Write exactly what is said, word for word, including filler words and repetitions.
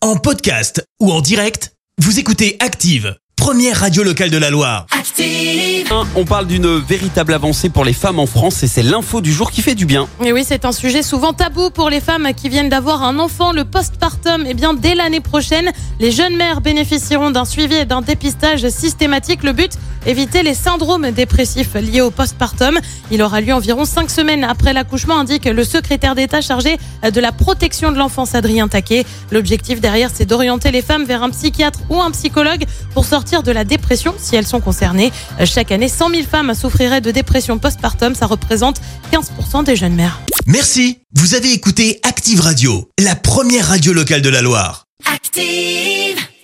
En podcast ou en direct, vous écoutez Active, première radio locale de la Loire. Active. On parle d'une véritable avancée pour les femmes en France et c'est l'info du jour qui fait du bien. Et oui, c'est un sujet souvent tabou pour les femmes qui viennent d'avoir un enfant, le postpartum. Et bien, dès l'année prochaine, les jeunes mères bénéficieront d'un suivi et d'un dépistage systématique. Le but, éviter les syndromes dépressifs liés au postpartum. Il aura lieu environ cinq semaines après l'accouchement, indique le secrétaire d'État chargé de la protection de l'enfance, Adrien Taquet. L'objectif derrière, c'est d'orienter les femmes vers un psychiatre ou un psychologue pour sortir de la dépression si elles sont concernées. Chaque année, cent mille femmes souffriraient de dépression postpartum. Ça représente quinze pour cent des jeunes mères. Merci. Vous avez écouté Active Radio, la première radio locale de la Loire. Active.